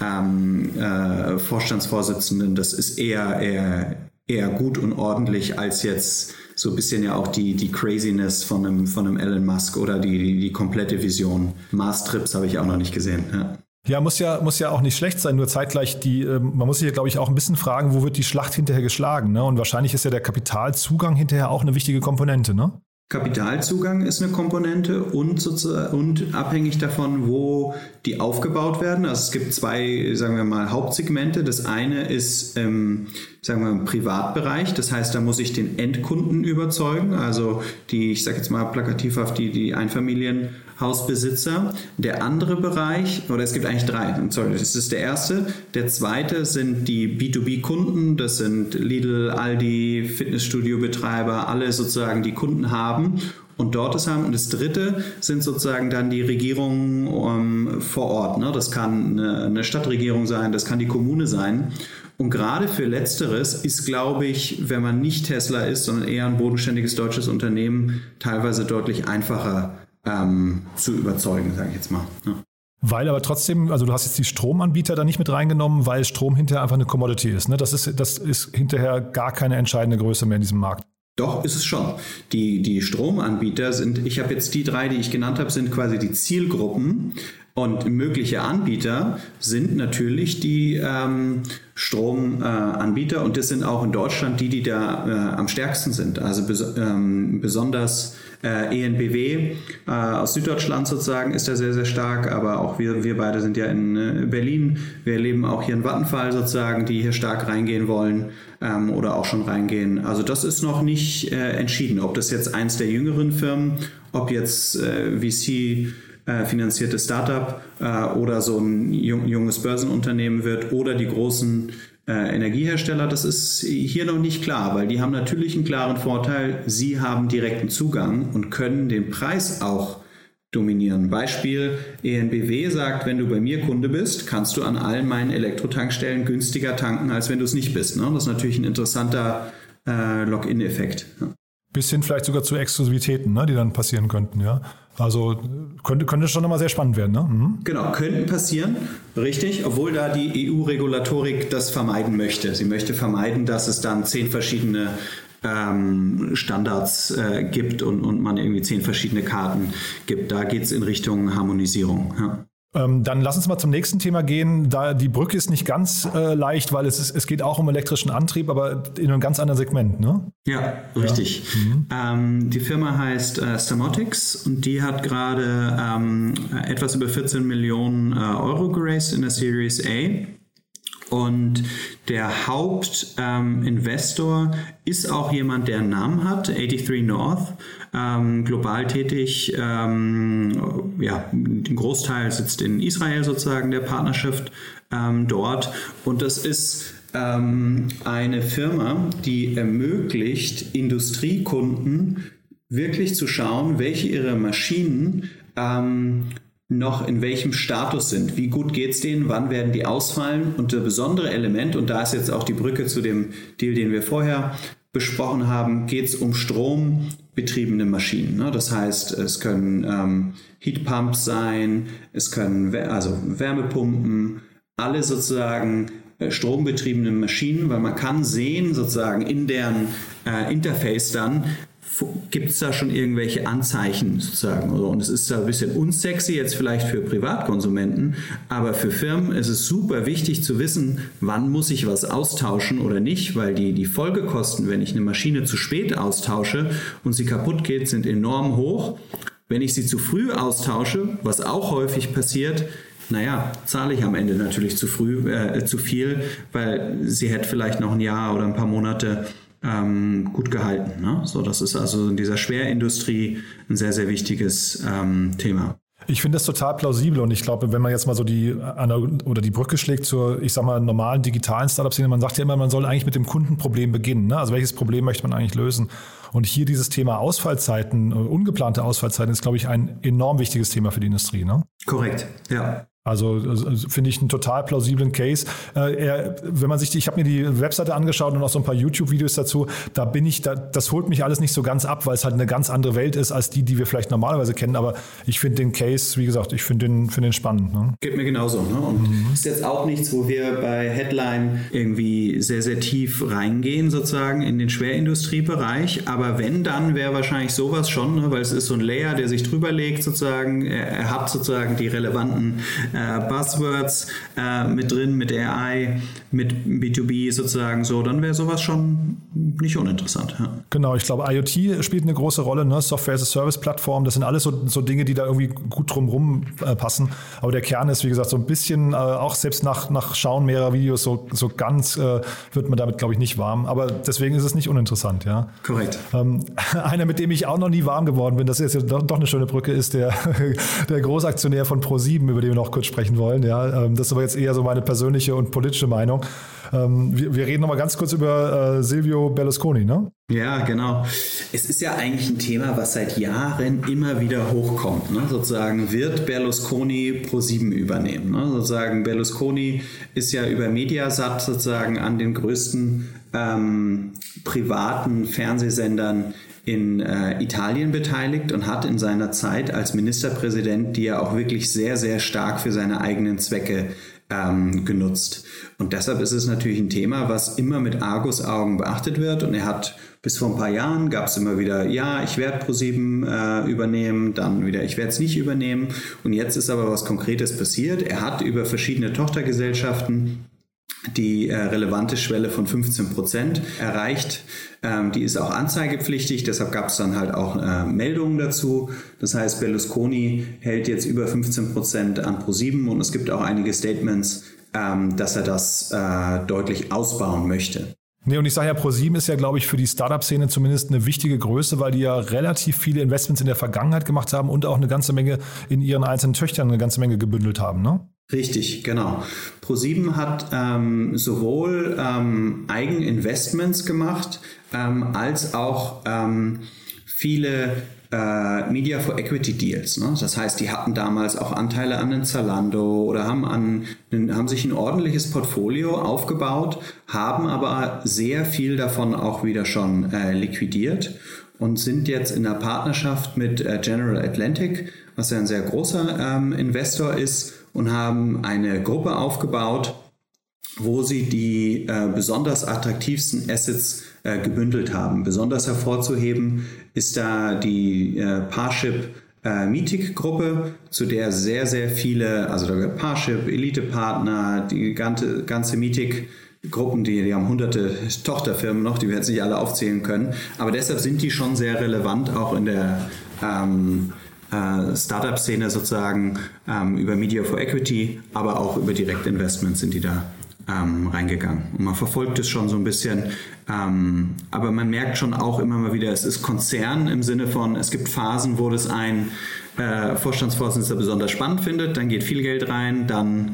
ähm, äh, Vorstandsvorsitzenden, das ist eher, eher, eher gut und ordentlich als jetzt so ein bisschen ja auch die, die Craziness von einem, von einem Elon Musk oder die, die, die komplette Vision. Mars-Trips habe ich auch noch nicht gesehen. Ja. Ja, muss ja, muss ja auch nicht schlecht sein, nur zeitgleich die, man muss sich ja, glaube ich, auch ein bisschen fragen, wo wird die Schlacht hinterher geschlagen, ne? Und wahrscheinlich ist ja der Kapitalzugang hinterher auch eine wichtige Komponente, ne? Kapitalzugang ist eine Komponente und, sozusagen, und abhängig davon, wo die aufgebaut werden. Also es gibt zwei, sagen wir mal, Hauptsegmente. Das eine ist, ähm, sagen wir mal, im Privatbereich. Das heißt, da muss ich den Endkunden überzeugen. Also die, ich sage jetzt mal plakativhaft, die, die Einfamilienhausbesitzer. Der andere Bereich, oder es gibt eigentlich drei, sorry, das ist der erste. Der zweite sind die B zwei B Kunden. Das sind Lidl, Aldi, Fitnessstudio-Betreiber, alle sozusagen, die Kunden haben und dort es haben. Und das dritte sind sozusagen dann die Regierungen um, vor Ort. Ne? Das kann eine, eine Stadtregierung sein, das kann die Kommune sein. Und gerade für Letzteres ist, glaube ich, wenn man nicht Tesla ist, sondern eher ein bodenständiges deutsches Unternehmen, teilweise deutlich einfacher ähm, zu überzeugen, sage ich jetzt mal. Ja. Weil aber trotzdem, also du hast jetzt die Stromanbieter da nicht mit reingenommen, weil Strom hinterher einfach eine Commodity ist. Ne? Das ist, das ist hinterher gar keine entscheidende Größe mehr in diesem Markt. Doch, ist es schon. Die, die Stromanbieter sind, ich habe jetzt die drei, die ich genannt habe, sind quasi die Zielgruppen. Und mögliche Anbieter sind natürlich die ähm, Stromanbieter äh, und das sind auch in Deutschland die, die da äh, am stärksten sind. Also bes- ähm, besonders äh, E N B W äh, aus Süddeutschland sozusagen ist da sehr, sehr stark, aber auch wir, wir beide sind ja in äh, Berlin. Wir erleben auch hier in Vattenfall sozusagen, die hier stark reingehen wollen ähm, oder auch schon reingehen. Also das ist noch nicht äh, entschieden, ob das jetzt eins der jüngeren Firmen, ob jetzt äh, V C finanziertes Startup äh, oder so ein jung, junges Börsenunternehmen wird oder die großen äh, Energiehersteller, das ist hier noch nicht klar, weil die haben natürlich einen klaren Vorteil, sie haben direkten Zugang und können den Preis auch dominieren. Beispiel, E N B W sagt, wenn du bei mir Kunde bist, kannst du an allen meinen Elektrotankstellen günstiger tanken, als wenn du es nicht bist. Ne? Das ist natürlich ein interessanter äh, Login-Effekt. Ja. Bis hin vielleicht sogar zu Exklusivitäten, ne, die dann passieren könnten, ja. Also könnte, könnte schon nochmal sehr spannend werden, ne? Mhm. Genau, könnten passieren, richtig, obwohl da die E U-Regulatorik das vermeiden möchte. Sie möchte vermeiden, dass es dann zehn verschiedene ähm, Standards äh, gibt und, und man irgendwie zehn verschiedene Karten gibt. Da geht es in Richtung Harmonisierung, ja. Ähm, dann lass uns mal zum nächsten Thema gehen. Da die Brücke ist nicht ganz äh, leicht, weil es, ist, es geht auch um elektrischen Antrieb, aber in einem ganz anderen Segment, ne? Ja, richtig. Ja. Mhm. Ähm, die Firma heißt äh, Stamotics und die hat gerade ähm, etwas über vierzehn Millionen äh, Euro geraced in der Series A. Und der Hauptinvestor ähm, ist auch jemand, der einen Namen hat, dreiundachtzig North, ähm, global tätig. Ähm, ja, ein Großteil sitzt in Israel sozusagen, der Partnerschaft ähm, dort. Und das ist ähm, eine Firma, die ermöglicht, Industriekunden wirklich zu schauen, welche ihrer Maschinen ähm, noch in welchem Status sind. Wie gut geht es denen? Wann werden die ausfallen? Und das besondere Element, und da ist jetzt auch die Brücke zu dem Deal, den wir vorher besprochen haben, geht es um strombetriebene Maschinen. Das heißt, es können ähm, Heatpumps sein, es können also Wärmepumpen, alle sozusagen äh, strombetriebene Maschinen, weil man kann sehen sozusagen in deren äh, Interface dann, gibt es da schon irgendwelche Anzeichen sozusagen? Und es ist da ein bisschen unsexy jetzt vielleicht für Privatkonsumenten, aber für Firmen ist es super wichtig zu wissen, wann muss ich was austauschen oder nicht, weil die, die Folgekosten, wenn ich eine Maschine zu spät austausche und sie kaputt geht, sind enorm hoch. Wenn ich sie zu früh austausche, was auch häufig passiert, naja, zahle ich am Ende natürlich zu früh, äh, zu viel, weil sie hätte vielleicht noch ein Jahr oder ein paar Monate Ähm, gut gehalten. Ne? So, das ist also in dieser Schwerindustrie ein sehr, sehr wichtiges ähm, Thema. Ich finde das total plausibel und ich glaube, wenn man jetzt mal so die oder die Brücke schlägt zur, ich sag mal, normalen digitalen Startup-Szene, man sagt ja immer, man soll eigentlich mit dem Kundenproblem beginnen. Ne? Also welches Problem möchte man eigentlich lösen? Und hier dieses Thema Ausfallzeiten, ungeplante Ausfallzeiten ist, glaube ich, ein enorm wichtiges Thema für die Industrie. Ne? Korrekt, ja. Also, also finde ich einen total plausiblen Case. Äh, er, wenn man sich, die, ich habe mir die Webseite angeschaut und auch so ein paar YouTube-Videos dazu. Da bin ich, da, das holt mich alles nicht so ganz ab, weil es halt eine ganz andere Welt ist als die, die wir vielleicht normalerweise kennen. Aber ich finde den Case, wie gesagt, ich finde den, finde den spannend. Ne? Geht mir genauso. Ne? Und mhm. ist jetzt auch nichts, wo wir bei Headline irgendwie sehr, sehr tief reingehen, sozusagen in den Schwerindustriebereich. Aber wenn, dann wäre wahrscheinlich sowas schon, ne? Weil es ist so ein Layer, der sich drüber legt, sozusagen. Er, er hat sozusagen die relevanten Buzzwords äh, mit drin, mit A I, mit B zwei B sozusagen so, dann wäre sowas schon nicht uninteressant. Ja. Genau, ich glaube, IoT spielt eine große Rolle, ne? Software-as-a-Service-Plattform, das sind alles so, so Dinge, die da irgendwie gut drumherum äh, passen. Aber der Kern ist, wie gesagt, so ein bisschen, äh, auch selbst nach, nach Schauen mehrerer Videos, so, so ganz äh, wird man damit, glaube ich, nicht warm. Aber deswegen ist es nicht uninteressant, ja. Korrekt. Ähm, einer, mit dem ich auch noch nie warm geworden bin, das ist jetzt doch, doch eine schöne Brücke, ist der, der Großaktionär von ProSieben, über den wir noch kurz sprechen wollen. Ja, das ist aber jetzt eher so meine persönliche und politische Meinung. Wir, wir reden noch mal ganz kurz über äh, Silvio Berlusconi, ne? Ja, genau. Es ist ja eigentlich ein Thema, was seit Jahren immer wieder hochkommt. Ne? Sozusagen wird Berlusconi ProSieben übernehmen. Ne? Sozusagen Berlusconi ist ja über Mediasat sozusagen an den größten ähm, privaten Fernsehsendern in äh, Italien beteiligt und hat in seiner Zeit als Ministerpräsident die ja auch wirklich sehr, sehr stark für seine eigenen Zwecke ähm, genutzt. Und deshalb ist es natürlich ein Thema, was immer mit Argusaugen beachtet wird. Und er hat bis vor ein paar Jahren gab es immer wieder, ja, ich werde ProSieben äh, übernehmen, dann wieder, ich werde es nicht übernehmen. Und jetzt ist aber was Konkretes passiert. Er hat über verschiedene Tochtergesellschaften die äh, relevante Schwelle von fünfzehn Prozent erreicht. Ähm, die ist auch anzeigepflichtig, deshalb gab es dann halt auch äh, Meldungen dazu. Das heißt, Berlusconi hält jetzt über fünfzehn Prozent an ProSieben und es gibt auch einige Statements, ähm, dass er das äh, deutlich ausbauen möchte. Nee, und ich sage ja, ProSieben ist ja, glaube ich, für die Startup-Szene zumindest eine wichtige Größe, weil die ja relativ viele Investments in der Vergangenheit gemacht haben und auch eine ganze Menge in ihren einzelnen Töchtern eine ganze Menge gebündelt haben, ne? Richtig, genau. ProSieben hat ähm, sowohl ähm, Eigeninvestments gemacht, ähm, als auch ähm, viele äh, Media for Equity Deals. Ne? Das heißt, die hatten damals auch Anteile an den Zalando oder haben, an, haben sich ein ordentliches Portfolio aufgebaut, haben aber sehr viel davon auch wieder schon äh, liquidiert und sind jetzt in einer Partnerschaft mit äh, General Atlantic, was ja ein sehr großer ähm, Investor ist, und haben eine Gruppe aufgebaut, wo sie die äh, besonders attraktivsten Assets äh, gebündelt haben. Besonders hervorzuheben ist da die äh, Parship äh, Meetic-Gruppe, zu der sehr, sehr viele, also da gehört Parship, Elite-Partner, die ganze, ganze Meetic Gruppen, die, die haben hunderte Tochterfirmen noch, die wir jetzt nicht alle aufzählen können. Aber deshalb sind die schon sehr relevant, auch in der ähm, äh, Startup-Szene sozusagen, ähm, über Media for Equity, aber auch über Direktinvestments sind die da ähm, reingegangen. Und man verfolgt es schon so ein bisschen, ähm, aber man merkt schon auch immer mal wieder, es ist Konzern im Sinne von, es gibt Phasen, wo das ein äh, Vorstandsvorsitzender besonders spannend findet, dann geht viel Geld rein, dann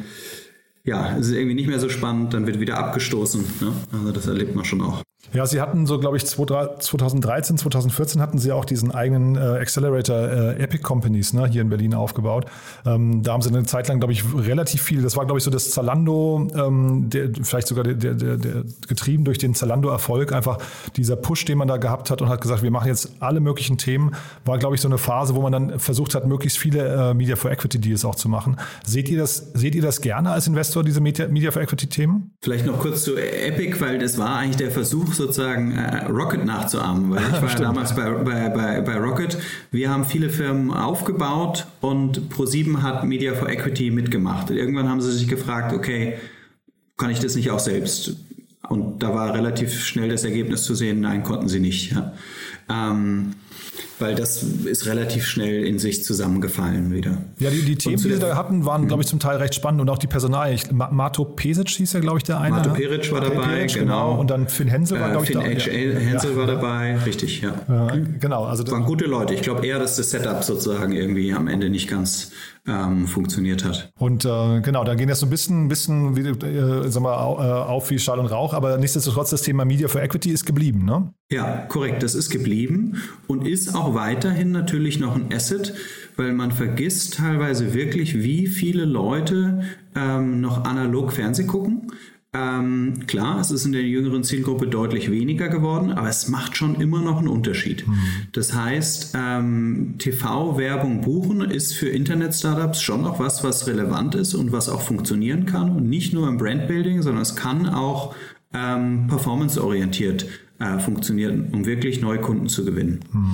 ja, es ist irgendwie nicht mehr so spannend, dann wird wieder abgestoßen. Ne? Also das erlebt man schon auch. Ja, sie hatten so, glaube ich, zweitausenddreizehn, zweitausendvierzehn hatten sie auch diesen eigenen äh, Accelerator äh, Epic Companies, ne, hier in Berlin aufgebaut. Ähm, da haben sie eine Zeit lang, glaube ich, relativ viel. Das war, glaube ich, so das Zalando, ähm, der, vielleicht sogar der, der, der getrieben durch den Zalando-Erfolg, einfach dieser Push, den man da gehabt hat und hat gesagt, wir machen jetzt alle möglichen Themen, war, glaube ich, so eine Phase, wo man dann versucht hat, möglichst viele äh, Media for Equity Deals auch zu machen. Seht ihr das, seht ihr das gerne als Investor, diese Media, Media for Equity Themen? Vielleicht noch kurz zu Epic, weil das war eigentlich der Versuch, sozusagen äh, Rocket nachzuahmen, weil ich war ja damals bei, bei, bei, bei Rocket. Wir haben viele Firmen aufgebaut und ProSieben hat Media for Equity mitgemacht. Irgendwann haben sie sich gefragt, okay, kann ich das nicht auch selbst? Und da war relativ schnell das Ergebnis zu sehen, nein, konnten sie nicht. Ja. Ähm, weil das ist relativ schnell in sich zusammengefallen wieder. Ja, die, die Themen, die sie da hatten, waren, glaube ich, zum Teil recht spannend und auch die Personal. Ich, Mato Pesic hieß ja, glaube ich, der eine. Mato Peric war dabei, Peric, genau. genau. Und dann Finn Hensel war, äh, glaube ich, Finn da. H. Ja. Hensel ja. war dabei, richtig, ja. ja genau. Also das waren gute Leute. Ich glaube eher, dass das Setup sozusagen irgendwie am Ende nicht ganz ähm, funktioniert hat. Und äh, genau, da gehen jetzt so ein bisschen, bisschen wie, äh, sag mal, auf wie Schall und Rauch, aber nichtsdestotrotz das Thema Media for Equity ist geblieben, ne? Ja, korrekt. Das ist geblieben und ist auch weiterhin natürlich noch ein Asset, weil man vergisst teilweise wirklich, wie viele Leute ähm, noch analog Fernsehen gucken. Ähm, klar, es ist in der jüngeren Zielgruppe deutlich weniger geworden, aber es macht schon immer noch einen Unterschied. Mhm. Das heißt, ähm, T V-Werbung buchen ist für Internet-Startups schon noch was, was relevant ist und was auch funktionieren kann. Und nicht nur im Brandbuilding, sondern es kann auch ähm, performanceorientiert äh, funktionieren, um wirklich neue Kunden zu gewinnen. Mhm.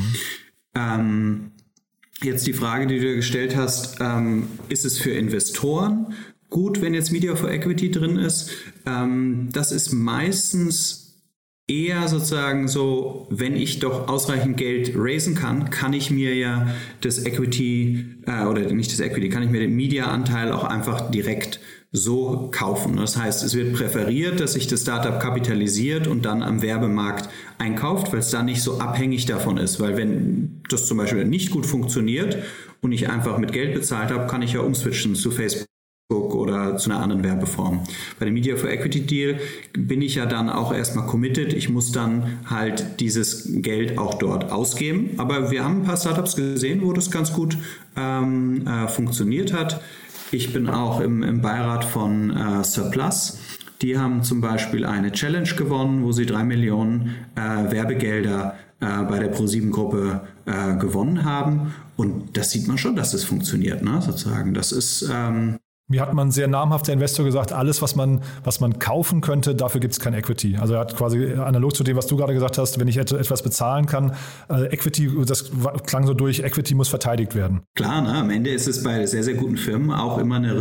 Ähm, jetzt die Frage, die du gestellt hast, ähm, ist es für Investoren gut, wenn jetzt Media for Equity drin ist? Ähm, das ist meistens eher sozusagen so, wenn ich doch ausreichend Geld raisen kann, kann ich mir ja das Equity, äh, oder nicht das Equity, kann ich mir den Media-Anteil auch einfach direkt so kaufen. Das heißt, es wird präferiert, dass sich das Startup kapitalisiert und dann am Werbemarkt einkauft, weil es dann nicht so abhängig davon ist. Weil wenn das zum Beispiel nicht gut funktioniert und ich einfach mit Geld bezahlt habe, kann ich ja umswitchen zu Facebook oder zu einer anderen Werbeform. Bei dem Media for Equity Deal bin ich ja dann auch erstmal committed. Ich muss dann halt dieses Geld auch dort ausgeben. Aber wir haben ein paar Startups gesehen, wo das ganz gut ähm, äh, funktioniert hat. Ich bin auch im, im Beirat von äh, Surplus. Die haben zum Beispiel eine Challenge gewonnen, wo sie drei Millionen äh, Werbegelder äh, bei der ProSieben-Gruppe äh, gewonnen haben. Und das sieht man schon, dass das funktioniert, ne? Sozusagen. Das ist ähm, Mir hat man sehr namhafter Investor gesagt, alles, was man, was man kaufen könnte, dafür gibt es kein Equity. Also er hat quasi analog zu dem, was du gerade gesagt hast, wenn ich etwas bezahlen kann, äh, Equity, das klang so durch, Equity muss verteidigt werden. Klar, ne? Am Ende ist es bei sehr, sehr guten Firmen auch immer eine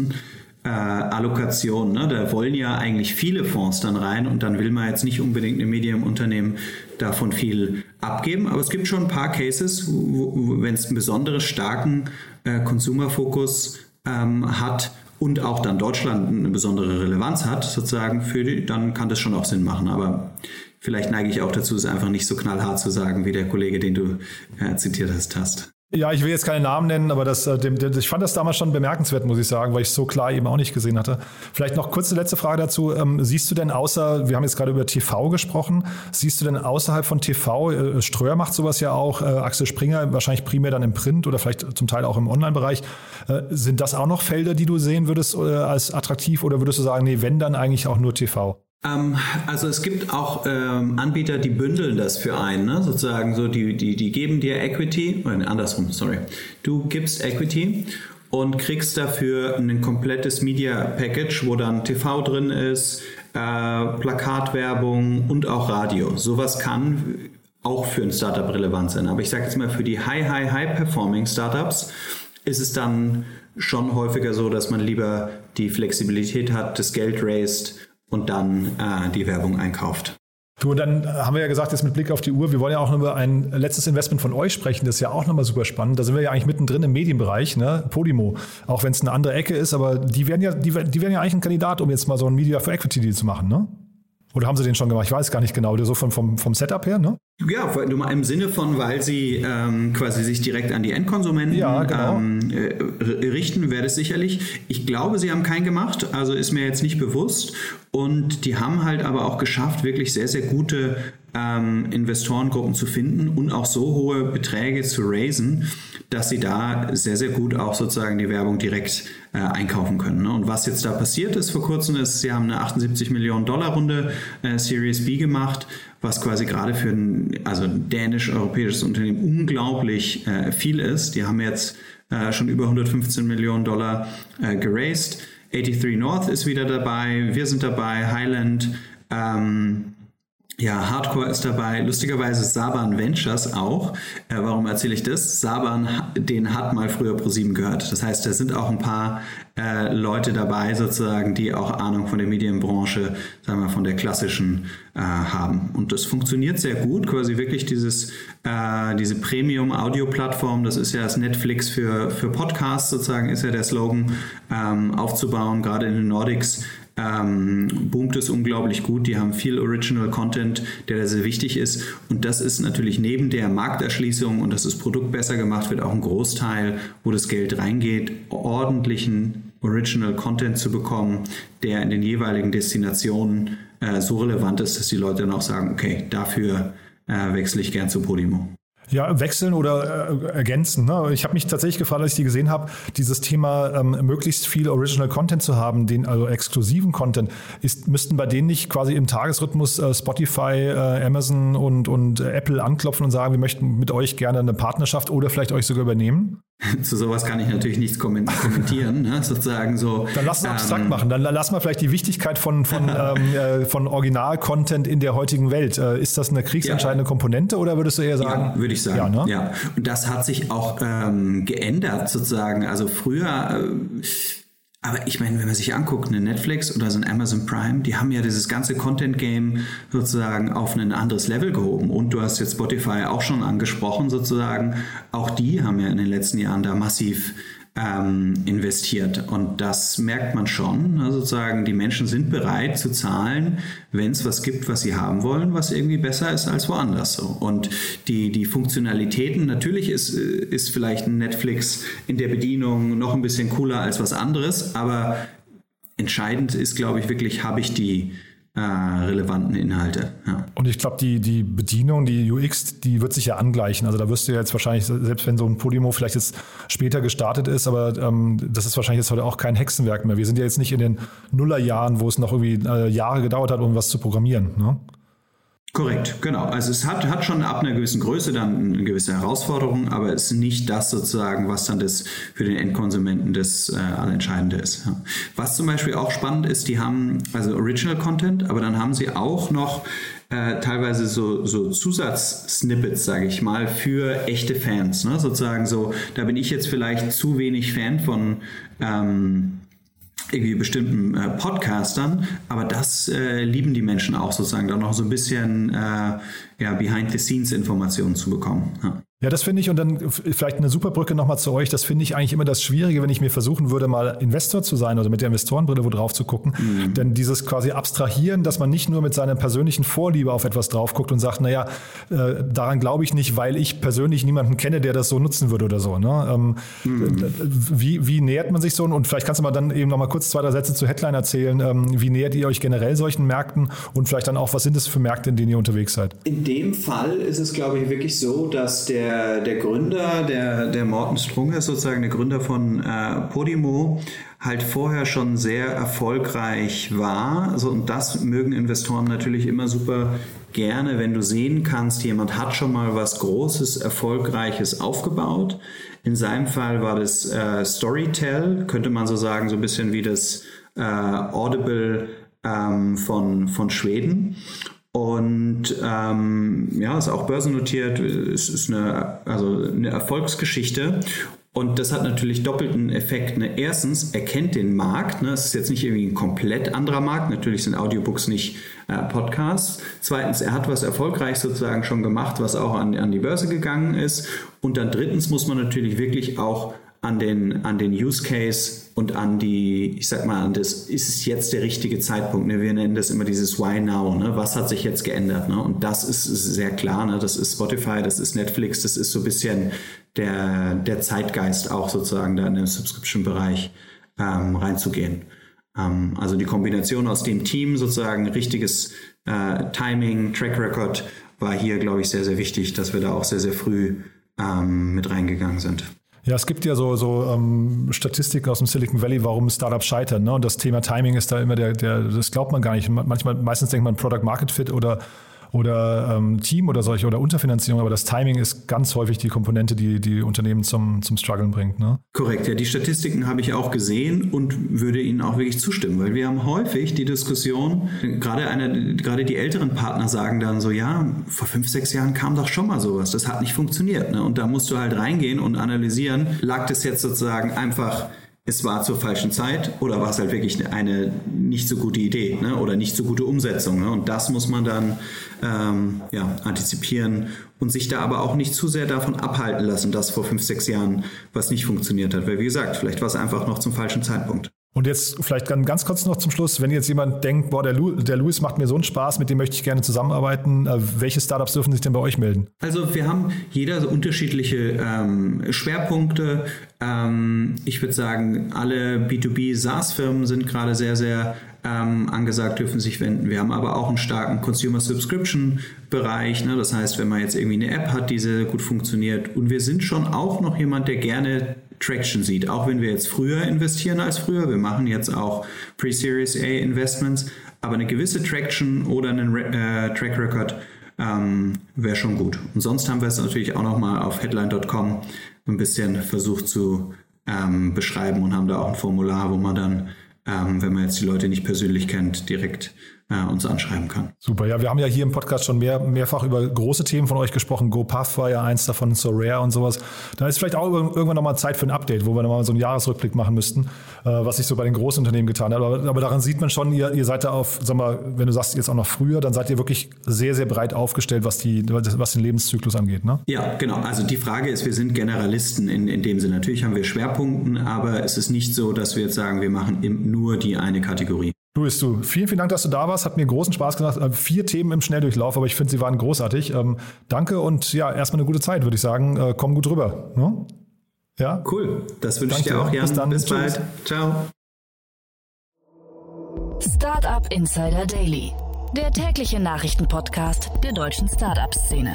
Ressourcenallokation. Äh, ne? Da wollen ja eigentlich viele Fonds dann rein und dann will man jetzt nicht unbedingt im Medienunternehmen davon viel abgeben. Aber es gibt schon ein paar Cases, wenn es einen besonders starken äh, Consumer-Fokus Ähm, hat und auch dann Deutschland eine besondere Relevanz hat, sozusagen für die, dann kann das schon auch Sinn machen. Aber vielleicht neige ich auch dazu, es einfach nicht so knallhart zu sagen, wie der Kollege, den du äh, zitiert hast, hast. Ja, ich will jetzt keine Namen nennen, aber das, dem, dem, ich fand das damals schon bemerkenswert, muss ich sagen, weil ich es so klar eben auch nicht gesehen hatte. Vielleicht noch kurze letzte Frage dazu. Ähm, siehst du denn außer, wir haben jetzt gerade über T V gesprochen, siehst du denn außerhalb von T V, äh, Ströer macht sowas ja auch, äh, Axel Springer wahrscheinlich primär dann im Print oder vielleicht zum Teil auch im Online-Bereich. Äh, sind das auch noch Felder, die du sehen würdest äh, als attraktiv oder würdest du sagen, nee, wenn dann eigentlich auch nur T V? Also es gibt auch ähm, Anbieter, die bündeln das für einen, ne? Sozusagen so, die, die, die geben dir Equity, oder andersrum, sorry. Du gibst Equity und kriegst dafür ein komplettes Media Package, wo dann T V drin ist, äh, Plakatwerbung und auch Radio. Sowas kann auch für ein Startup relevant sein. Aber ich sage jetzt mal, für die High, High, High-Performing Startups ist es dann schon häufiger so, dass man lieber die Flexibilität hat, das Geld raised und dann äh, die Werbung einkauft. Du, und dann haben wir ja gesagt, jetzt mit Blick auf die Uhr, wir wollen ja auch noch über ein letztes Investment von euch sprechen, das ist ja auch nochmal super spannend. Da sind wir ja eigentlich mittendrin im Medienbereich, ne? Podimo, auch wenn es eine andere Ecke ist, aber die werden ja, die, die werden ja eigentlich ein Kandidat, um jetzt mal so ein Media for Equity Deal zu machen, ne? Oder haben sie den schon gemacht? Ich weiß gar nicht genau, so vom, vom, vom Setup her, ne? Ja, im Sinne von, weil sie ähm, quasi sich direkt an die Endkonsumenten ja, genau. ähm, äh, richten, wäre das sicherlich. Ich glaube, sie haben keinen gemacht, also ist mir jetzt nicht bewusst. Und die haben halt aber auch geschafft, wirklich sehr, sehr gute ähm, Investorengruppen zu finden und auch so hohe Beträge zu raisen, dass sie da sehr, sehr gut auch sozusagen die Werbung direkt äh, einkaufen können. Ne? Und was jetzt da passiert ist vor kurzem, ist, sie haben eine achtundsiebzig Millionen Dollar Runde äh, Series B gemacht, was quasi gerade für ein also dänisch-europäisches Unternehmen unglaublich äh, viel ist. Die haben jetzt äh, schon über hundertfünfzehn Millionen Dollar äh, geraced. dreiundachtzig North ist wieder dabei, wir sind dabei, Highland, ähm, Ja, Hardcore ist dabei, lustigerweise Saban Ventures auch. Äh, warum erzähle ich das? Saban, den hat mal früher ProSieben gehört. Das heißt, da sind auch ein paar äh, Leute dabei sozusagen, die auch Ahnung von der Medienbranche, sagen wir von der klassischen äh, haben. Und das funktioniert sehr gut, quasi wirklich dieses äh, diese Premium-Audio-Plattform, das ist ja das Netflix für, für Podcasts sozusagen, ist ja der Slogan, ähm, aufzubauen, gerade in den Nordics. Ähm, boomt es unglaublich gut. Die haben viel Original Content, der da sehr wichtig ist. Und das ist natürlich neben der Markterschließung und dass das Produkt besser gemacht wird, auch ein Großteil, wo das Geld reingeht, ordentlichen Original Content zu bekommen, der in den jeweiligen Destinationen äh, so relevant ist, dass die Leute dann auch sagen, okay, dafür äh, wechsle ich gern zu Podimo. Ja, wechseln oder äh, ergänzen. Ne? Ich habe mich tatsächlich gefragt, als ich die gesehen habe, dieses Thema ähm, möglichst viel Original Content zu haben, den also exklusiven Content, ist, müssten bei denen nicht quasi im Tagesrhythmus äh, Spotify, äh, Amazon und, und äh, Apple anklopfen und sagen, wir möchten mit euch gerne eine Partnerschaft oder vielleicht euch sogar übernehmen? Zu sowas kann ich natürlich nichts kommentieren, ne? Sozusagen so. Dann lass uns abstrakt ähm, machen. Dann lass mal vielleicht die Wichtigkeit von, von, ähm, äh, von Original-Content in der heutigen Welt. Äh, ist das eine kriegsentscheidende ja. Komponente oder würdest du eher sagen? Ja, würde ich sagen. Ja, ne? ja. Und das hat sich auch ähm, geändert sozusagen. Also früher, äh, aber ich meine, wenn man sich anguckt, eine Netflix oder so ein Amazon Prime, die haben ja dieses ganze Content-Game sozusagen auf ein anderes Level gehoben. Und du hast jetzt Spotify auch schon angesprochen sozusagen. Auch die haben ja in den letzten Jahren da massiv ähm, investiert. Und das merkt man schon. Also sozusagen, die Menschen sind bereit zu zahlen, wenn es was gibt, was sie haben wollen, was irgendwie besser ist als woanders. So. Und die, die Funktionalitäten, natürlich ist, ist vielleicht ein Netflix in der Bedienung noch ein bisschen cooler als was anderes, aber entscheidend ist, glaube ich, wirklich, habe ich die äh, relevanten Inhalte. Ja. Und ich glaube, die, die Bedienung, die U X, die wird sich ja angleichen. Also da wirst du ja jetzt wahrscheinlich, selbst wenn so ein Podimo vielleicht jetzt später gestartet ist, aber ähm, das ist wahrscheinlich jetzt heute auch kein Hexenwerk mehr. Wir sind ja jetzt nicht in den Nullerjahren, wo es noch irgendwie äh, Jahre gedauert hat, um was zu programmieren, ne? Korrekt, genau. Also es hat, hat schon ab einer gewissen Größe dann eine gewisse Herausforderung, aber es ist nicht das sozusagen, was dann das für den Endkonsumenten das äh, Allentscheidende ist. Ja. Was zum Beispiel auch spannend ist, die haben also Original Content, aber dann haben sie auch noch äh, teilweise so, so Zusatzsnippets, sage ich mal, für echte Fans. Ne? Sozusagen so, da bin ich jetzt vielleicht zu wenig Fan von ähm, irgendwie bestimmten äh, Podcastern, aber das äh, lieben die Menschen auch sozusagen, da noch so ein bisschen äh, ja, Behind-the-Scenes-Informationen zu bekommen. Ja. Ja, das finde ich, und dann vielleicht eine super Brücke nochmal zu euch, das finde ich eigentlich immer das Schwierige, wenn ich mir versuchen würde, mal Investor zu sein oder mit der Investorenbrille wo drauf zu gucken. Mhm. Denn dieses quasi Abstrahieren, dass man nicht nur mit seiner persönlichen Vorliebe auf etwas drauf guckt und sagt, naja, äh, daran glaube ich nicht, weil ich persönlich niemanden kenne, der das so nutzen würde oder so. Ne? Ähm, mhm. wie, wie nähert man sich so? Und vielleicht kannst du mal dann eben nochmal kurz zwei, drei Sätze zu Headline erzählen. Ähm, wie nähert ihr euch generell solchen Märkten und vielleicht dann auch, was sind das für Märkte, in denen ihr unterwegs seid? In dem Fall ist es, glaube ich, wirklich so, dass der Der Gründer, der, der Morten Strunger ist sozusagen der Gründer von äh, Podimo, halt vorher schon sehr erfolgreich war. Also, und das mögen Investoren natürlich immer super gerne, wenn du sehen kannst, jemand hat schon mal was Großes, Erfolgreiches aufgebaut. In seinem Fall war das äh, Storytel, könnte man so sagen, so ein bisschen wie das äh, Audible ähm, von, von Schweden. Und ähm, ja, ist auch börsennotiert, es ist eine, also eine Erfolgsgeschichte. Und das hat natürlich doppelten Effekt. Ne? Erstens, er kennt den Markt. Ne? Es ist jetzt nicht irgendwie ein komplett anderer Markt. Natürlich sind Audiobooks nicht äh, Podcasts. Zweitens, er hat was erfolgreich sozusagen schon gemacht, was auch an, an die Börse gegangen ist. Und dann drittens muss man natürlich wirklich auch an den, an den Use Case und an die, ich sag mal, an das, ist es jetzt der richtige Zeitpunkt? Ne? Wir nennen das immer dieses Why Now, ne? Was hat sich jetzt geändert? Ne? Und das ist, ist sehr klar, ne? Das ist Spotify, das ist Netflix, das ist so ein bisschen der, der Zeitgeist auch sozusagen da in den Subscription-Bereich ähm, reinzugehen. Ähm, also die Kombination aus dem Team sozusagen, richtiges äh, Timing, Track Record war hier, glaube ich, sehr, sehr wichtig, dass wir da auch sehr, sehr früh ähm, mit reingegangen sind. Ja, es gibt ja so, so ähm, Statistiken aus dem Silicon Valley, warum Startups scheitern. Ne? Und das Thema Timing ist da immer der, der, das glaubt man gar nicht. Manchmal, meistens denkt man Product Market Fit oder oder ähm, Team oder solche oder Unterfinanzierung, aber das Timing ist ganz häufig die Komponente, die die Unternehmen zum, zum Struggeln bringt. Ne? Korrekt, ja, die Statistiken habe ich auch gesehen und würde Ihnen auch wirklich zustimmen, weil wir haben häufig die Diskussion, gerade eine, gerade die älteren Partner sagen dann so, ja, vor fünf, sechs Jahren kam doch schon mal sowas, das hat nicht funktioniert. Ne? Und da musst du halt reingehen und analysieren, lag das jetzt sozusagen einfach, es war zur falschen Zeit oder war es halt wirklich eine nicht so gute Idee, ne? Oder nicht so gute Umsetzung. Ne? Und das muss man dann ähm, ja, antizipieren und sich da aber auch nicht zu sehr davon abhalten lassen, dass vor fünf, sechs Jahren was nicht funktioniert hat. Weil wie gesagt, vielleicht war es einfach noch zum falschen Zeitpunkt. Und jetzt vielleicht ganz kurz noch zum Schluss, wenn jetzt jemand denkt, boah, der, Lu, der Louis macht mir so einen Spaß, mit dem möchte ich gerne zusammenarbeiten, äh, welche Startups dürfen sich denn bei euch melden? Also wir haben jeder so unterschiedliche ähm, Schwerpunkte. Ähm, ich würde sagen, alle B zwei B SaaS-Firmen sind gerade sehr, sehr ähm, angesagt, dürfen sich wenden. Wir haben aber auch einen starken Consumer-Subscription-Bereich. Ne? Das heißt, wenn man jetzt irgendwie eine App hat, die sehr gut funktioniert. Und wir sind schon auch noch jemand, der gerne Traction sieht, auch wenn wir jetzt früher investieren als früher. Wir machen jetzt auch Pre-Series A Investments, aber eine gewisse Traction oder einen äh, Track Record ähm, wäre schon gut. Und sonst haben wir es natürlich auch nochmal auf headline Punkt com ein bisschen versucht zu ähm, beschreiben und haben da auch ein Formular, wo man dann, ähm, wenn man jetzt die Leute nicht persönlich kennt, direkt äh, uns anschreiben kann. Super, ja, wir haben ja hier im Podcast schon mehr, mehrfach über große Themen von euch gesprochen. GoPuff war ja eins davon, SoRare und sowas. Da ist vielleicht auch irgendwann nochmal Zeit für ein Update, wo wir nochmal so einen Jahresrückblick machen müssten, äh, was sich so bei den großen Unternehmen getan hat. Aber, aber daran sieht man schon, ihr, ihr seid da auf, sag mal, wenn du sagst jetzt auch noch früher, dann seid ihr wirklich sehr, sehr breit aufgestellt, was, die, was den Lebenszyklus angeht, ne? Ja, genau. Also die Frage ist, wir sind Generalisten in, in dem Sinne. Natürlich haben wir Schwerpunkten, aber es ist nicht so, dass wir jetzt sagen, wir machen nur die eine Kategorie. Louis, du, vielen, vielen Dank, dass du da warst. Hat mir großen Spaß gemacht. Vier Themen im Schnelldurchlauf, aber ich finde, sie waren großartig. Ähm, danke und ja, erstmal eine gute Zeit, würde ich sagen. Äh, komm gut rüber. Ne? Ja? Cool. Das wünsche ich dir auch, Jan. Bis dann. Bis bald. Ciao. Startup Insider Daily, der tägliche Nachrichtenpodcast der deutschen Startup-Szene.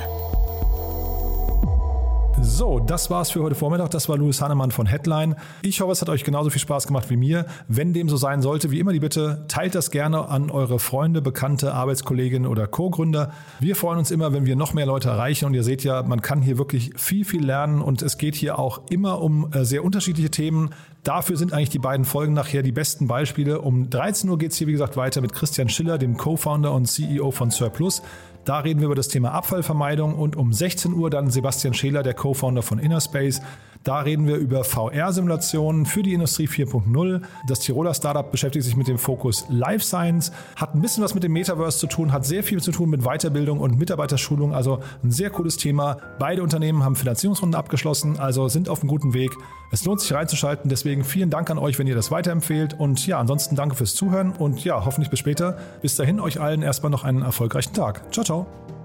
So, das war's für heute Vormittag. Das war Louis Hannemann von Headline. Ich hoffe, es hat euch genauso viel Spaß gemacht wie mir. Wenn dem so sein sollte, wie immer die Bitte, teilt das gerne an eure Freunde, Bekannte, Arbeitskolleginnen oder Co-Gründer. Wir freuen uns immer, wenn wir noch mehr Leute erreichen. Und ihr seht ja, man kann hier wirklich viel, viel lernen. Und es geht hier auch immer um sehr unterschiedliche Themen. Dafür sind eigentlich die beiden Folgen nachher die besten Beispiele. Um dreizehn Uhr geht es hier, wie gesagt, weiter mit Christian Schiller, dem Co-Founder und C E O von Surplus. Da reden wir über das Thema Abfallvermeidung und um sechzehn Uhr dann Sebastian Scheler, der Co-Founder von Innerspace. Da reden wir über V R-Simulationen für die Industrie vier Punkt null. Das Tiroler Startup beschäftigt sich mit dem Fokus Life Science, hat ein bisschen was mit dem Metaverse zu tun, hat sehr viel zu tun mit Weiterbildung und Mitarbeiterschulung. Also ein sehr cooles Thema. Beide Unternehmen haben Finanzierungsrunden abgeschlossen, also sind auf einem guten Weg. Es lohnt sich reinzuschalten, deswegen vielen Dank an euch, wenn ihr das weiterempfehlt. Und ja, ansonsten danke fürs Zuhören und ja, hoffentlich bis später. Bis dahin euch allen erstmal noch einen erfolgreichen Tag. Ciao, ciao.